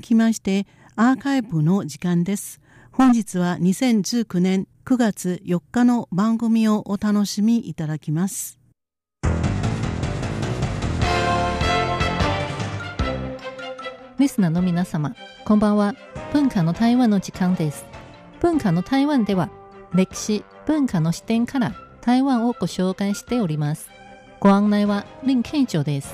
きましてアーカイブの時間です。本日は2019年9月4日の番組をお楽しみいただきます。 リスナーの皆様、こんばんは。文化の台湾の時間です。文化の台湾では歴史、文化の視点から台湾をご紹介しております。ご案内は林慶長です。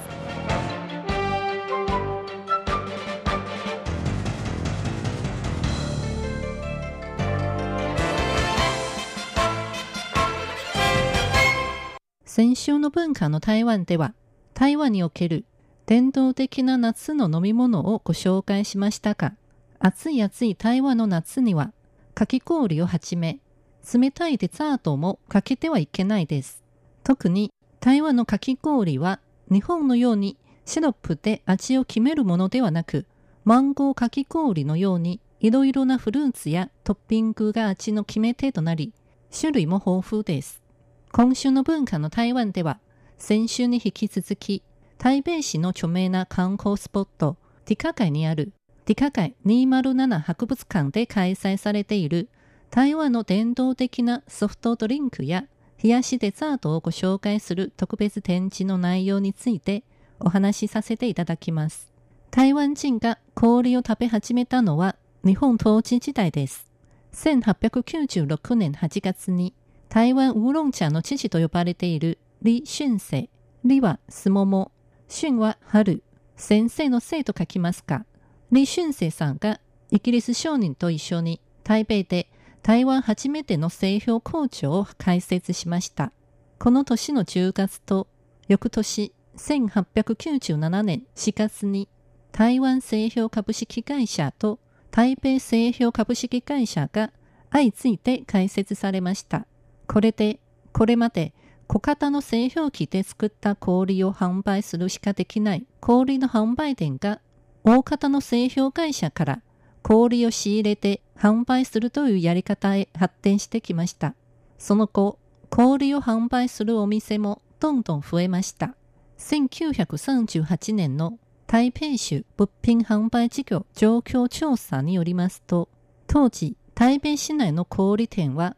先週の文化の台湾では、台湾における伝統的な夏の飲み物をご紹介しましたが、暑い台湾の夏には、かき氷をはじめ、冷たいデザートもかけてはいけないです。特に台湾のかき氷は、日本のようにシロップで味を決めるものではなく、マンゴーかき氷のようにいろいろなフルーツやトッピングが味の決め手となり、種類も豊富です。今週の文化の台湾では、先週に引き続き、台北市の著名な観光スポット、ディカ街にあるディカ街207博物館で開催されている台湾の伝統的なソフトドリンクや冷やしデザートをご紹介する特別展示の内容についてお話しさせていただきます。台湾人が氷を食べ始めたのは日本統治時代です。1896年8月に台湾ウーロン茶の父と呼ばれている李舜生。李はすもも、舜は春、先生の生と書きますが、李舜生さんがイギリス商人と一緒に台北で台湾初めての製氷工場を開設しました。この年の10月と翌年1897年4月に台湾製氷株式会社と台北製氷株式会社が相次いで開設されました。これまで小型の製氷機で作った氷を販売するしかできない氷の販売店が大型の製氷会社から氷を仕入れて販売するというやり方へ発展してきました。その後、氷を販売するお店もどんどん増えました。1938年の台北市物品販売事業状況調査によりますと、当時台北市内の小売店は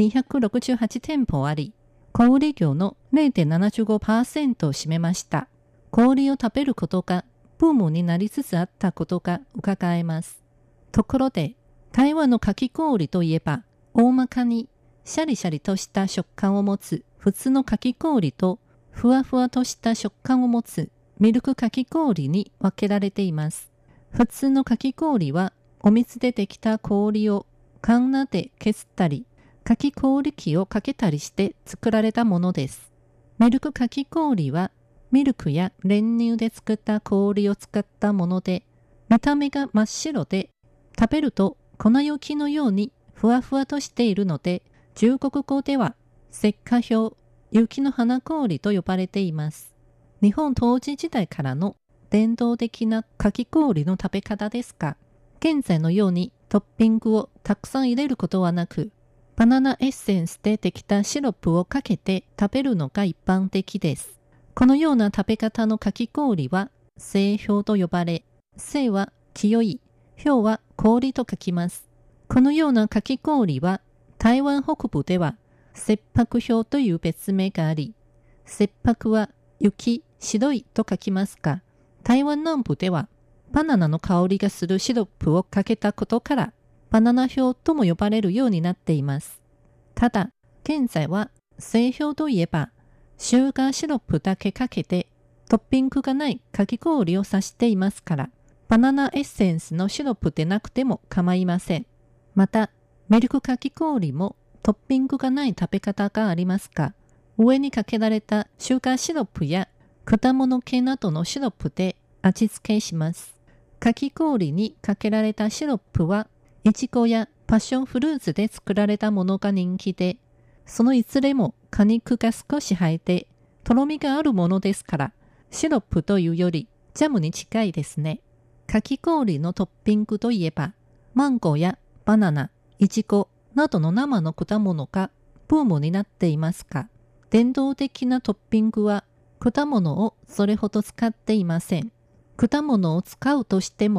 268店舗あり、小売業の 0.75% を占めました。氷を食べることがブームになりつつあったことが伺えます。ところで、台湾のかき氷といえば、大まかにシャリシャリとした食感を持つ普通のかき氷と、ふわふわとした食感を持つミルクかき氷に分けられています。普通のかき氷は、お水でできた氷をカンナで削ったり、かき氷機をかけたりして作られたものです。ミルクかき氷はミルクや練乳で作った氷を使ったもので、見た目が真っ白で食べると粉雪のようにふわふわとしているので、中国語では雪花氷、雪の花氷と呼ばれています。日本統治時代からの伝統的なかき氷の食べ方ですが、現在のようにトッピングをたくさん入れることはなく、バナナエッセンスでできたシロップをかけて食べるのが一般的です。このような食べ方のかき氷は製氷と呼ばれ、製は清い、氷は氷と書きます。このようなかき氷は台湾北部では切迫氷という別名があり、切迫は雪、白いと書きますが、台湾南部ではバナナの香りがするシロップをかけたことからバナナ氷とも呼ばれるようになっています。ただ、現在は製氷といえば、シュガーシロップだけかけてトッピングがないかき氷を指していますから、バナナエッセンスのシロップでなくても構いません。また、ミルクかき氷もトッピングがない食べ方がありますが、上にかけられたシュガーシロップや果物系などのシロップで味付けします。かき氷にかけられたシロップは、イチゴやパッションフルーツで作られたものが人気で、そのいずれも果肉が少し入って、とろみがあるものですから、シロップというよりジャムに近いですね。かき氷のトッピングといえば、マンゴーやバナナ、イチゴなどの生の果物がブームになっていますが、伝統的なトッピングは果物をそれほど使っていません。果物を使うとしても、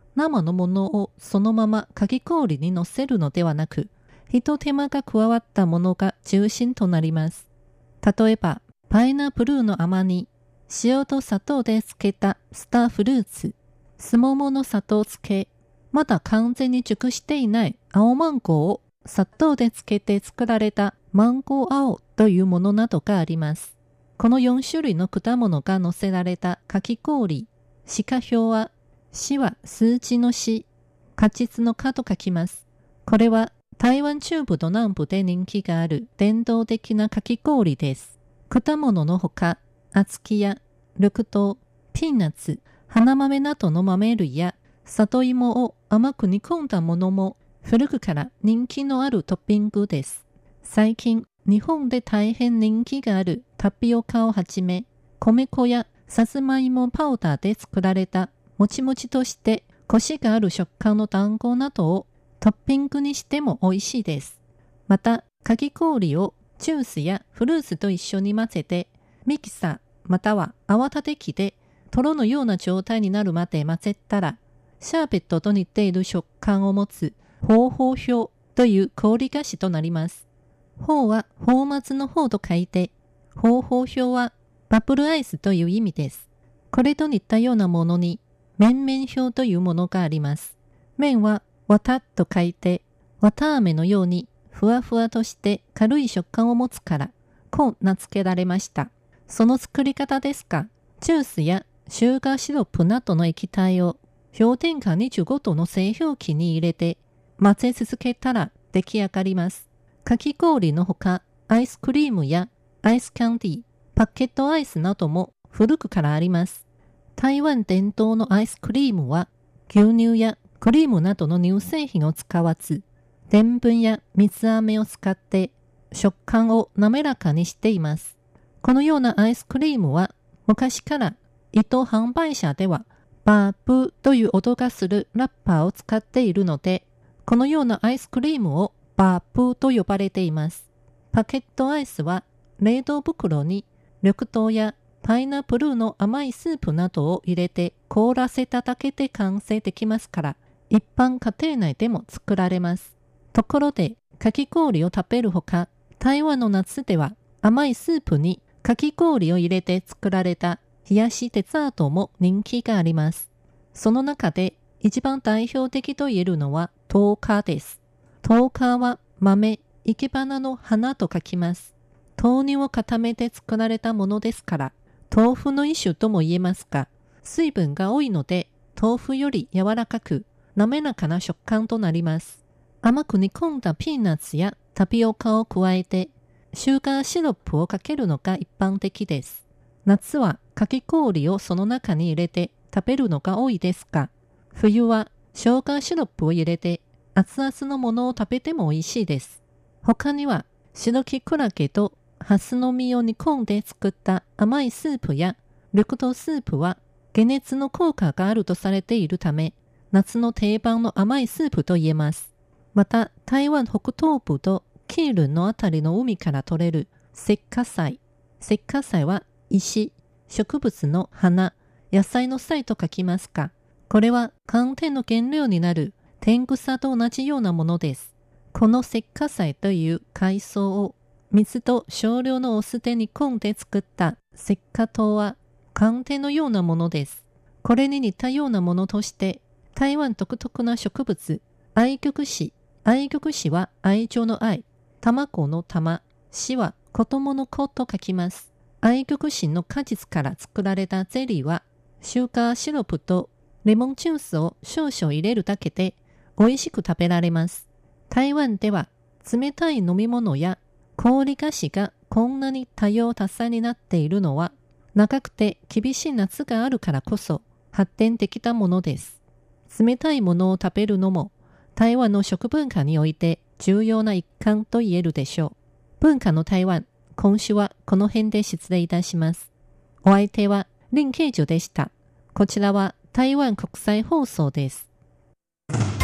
生のものをそのままかき氷に乗せるのではなく、一手間が加わったものが中心となります。例えば、パイナップルの甘煮、塩と砂糖で漬けたスターフルーツ、すももの砂糖漬け、まだ完全に熟していない青マンゴーを砂糖で漬けて作られたマンゴー青というものなどがあります。この4種類の果物が乗せられたかき氷、シカ表は、シは数字のシ、果実の果と書きます。これは台湾中部と南部で人気がある伝統的なかき氷です。果物のほか、小豆や緑豆、ピーナッツ、花豆などの豆類や里芋を甘く煮込んだものも古くから人気のあるトッピングです。最近、日本で大変人気があるタピオカをはじめ、米粉やさつまいもパウダーで作られたもちもちとしてコシがある食感の団子などをトッピングにしても美味しいです。また、かき氷をジュースやフルーツと一緒に混ぜて、ミキサーまたは泡立て器でトロのような状態になるまで混ぜたら、シャーベットと似ている食感を持つほうほう氷という氷菓子となります。ほうは泡沫の方と書いて、ほうほう氷はバブルアイスという意味です。これと似たようなものに、麺々氷というものがあります。麺はわたと書いて、わたあめのようにふわふわとして軽い食感を持つから、こう名付けられました。その作り方ですが、ジュースやシュガーシロップなどの液体を氷点下25度の製氷機に入れて混ぜ続けたら出来上がります。かき氷のほか、アイスクリームやアイスキャンディー、パッケットアイスなども古くからあります。台湾伝統のアイスクリームは牛乳やクリームなどの乳製品を使わず、でんぷんや水飴を使って食感を滑らかにしています。このようなアイスクリームは昔から糸販売者ではバーブという音がするラッパーを使っているので、このようなアイスクリームをバーブと呼ばれています。パケットアイスは冷凍袋に緑豆やパイナップルの甘いスープなどを入れて凍らせただけで完成できますから、一般家庭内でも作られます。ところで、かき氷を食べるほか、台湾の夏では甘いスープにかき氷を入れて作られた冷やしデザートも人気があります。その中で一番代表的と言えるのは豆花です。豆花は豆、生け花の花と書きます。豆乳を固めて作られたものですから、豆腐の一種とも言えますが、水分が多いので豆腐より柔らかく滑らかな食感となります。甘く煮込んだピーナッツやタピオカを加えて、シュガーシロップをかけるのが一般的です。夏はかき氷をその中に入れて食べるのが多いですが、冬はシュガーシロップを入れて熱々のものを食べても美味しいです。他には白木クラゲとハスの実を煮込んで作った甘いスープや緑豆スープは解熱の効果があるとされているため、夏の定番の甘いスープと言えます。また、台湾北東部と基隆のあたりの海から取れる石化菜。石化菜は石、植物の花、野菜の菜と書きますが、これは寒天の原料になる天草と同じようなものです。この石化菜という海藻を水と少量のお酢で煮込んで作った石化糖は寒天のようなものです。これに似たようなものとして、台湾独特な植物、愛玉子。愛玉子は愛情の愛、卵の玉、子は子供の子と書きます。愛玉子の果実から作られたゼリーは、シュガーシロップとレモンジュースを少々入れるだけで美味しく食べられます。台湾では冷たい飲み物や氷菓子がこんなに多様多彩になっているのは、長くて厳しい夏があるからこそ発展できたものです。冷たいものを食べるのも台湾の食文化において重要な一環と言えるでしょう。文化の台湾、今週はこの辺で失礼いたします。お相手は林慶女でした。こちらは台湾国際放送です。